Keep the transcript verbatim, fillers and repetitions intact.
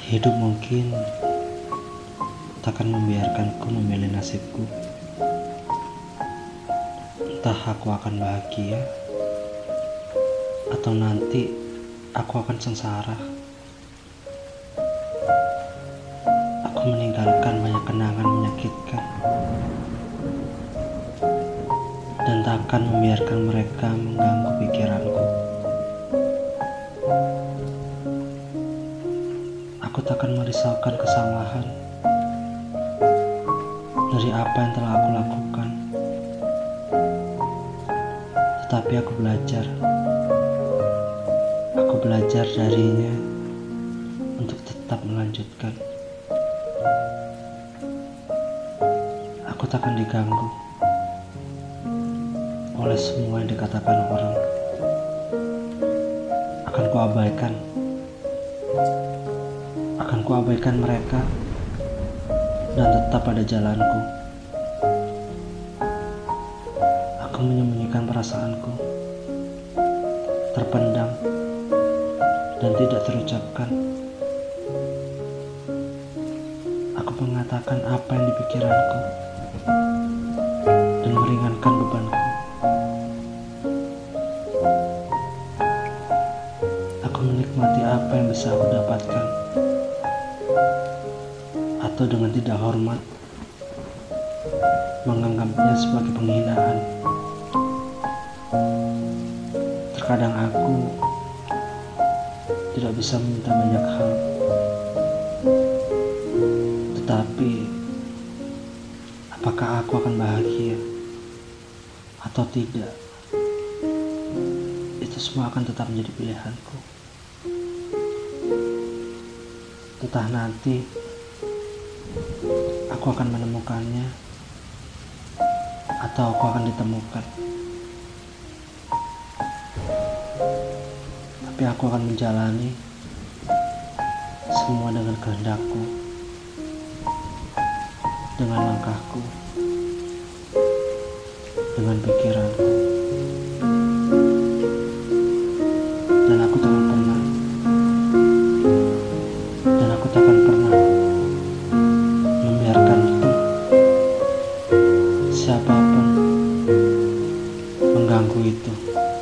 Hidup mungkin takkan membiarkanku memilih nasibku. Entah aku akan bahagia atau nanti aku akan sengsara. Aku meninggalkan banyak kenangan menyakitkan dan takkan membiarkan mereka mengganggu pikiranku. Aku takkan merisaukan kesalahan dari apa yang telah aku lakukan. Tetapi aku belajar. Aku belajar darinya untuk tetap melanjutkan. Aku takkan diganggu oleh semua yang dikatakan orang. Akan kuabaikan. Akan kuabaikan mereka dan tetap pada jalanku. Aku menyembunyikan perasaanku, terpendam dan tidak terucapkan. Aku mengatakan apa yang di pikiranku dan meringankan bebanku. Aku menikmati apa yang bisa aku dapatkan, atau dengan tidak hormat menganggapnya sebagai penghinaan. Terkadang aku tidak bisa meminta banyak hal, tetapi apakah aku akan bahagia atau tidak, itu semua akan tetap menjadi pilihanku. Entah nanti aku akan menemukannya atau aku akan ditemukan. Tapi aku akan menjalani semua dengan kehendakku, dengan langkahku, dengan pikiranku. Dan aku takkan pernah dan aku takkan pernah membiarkan itu siapapun mengganggu itu.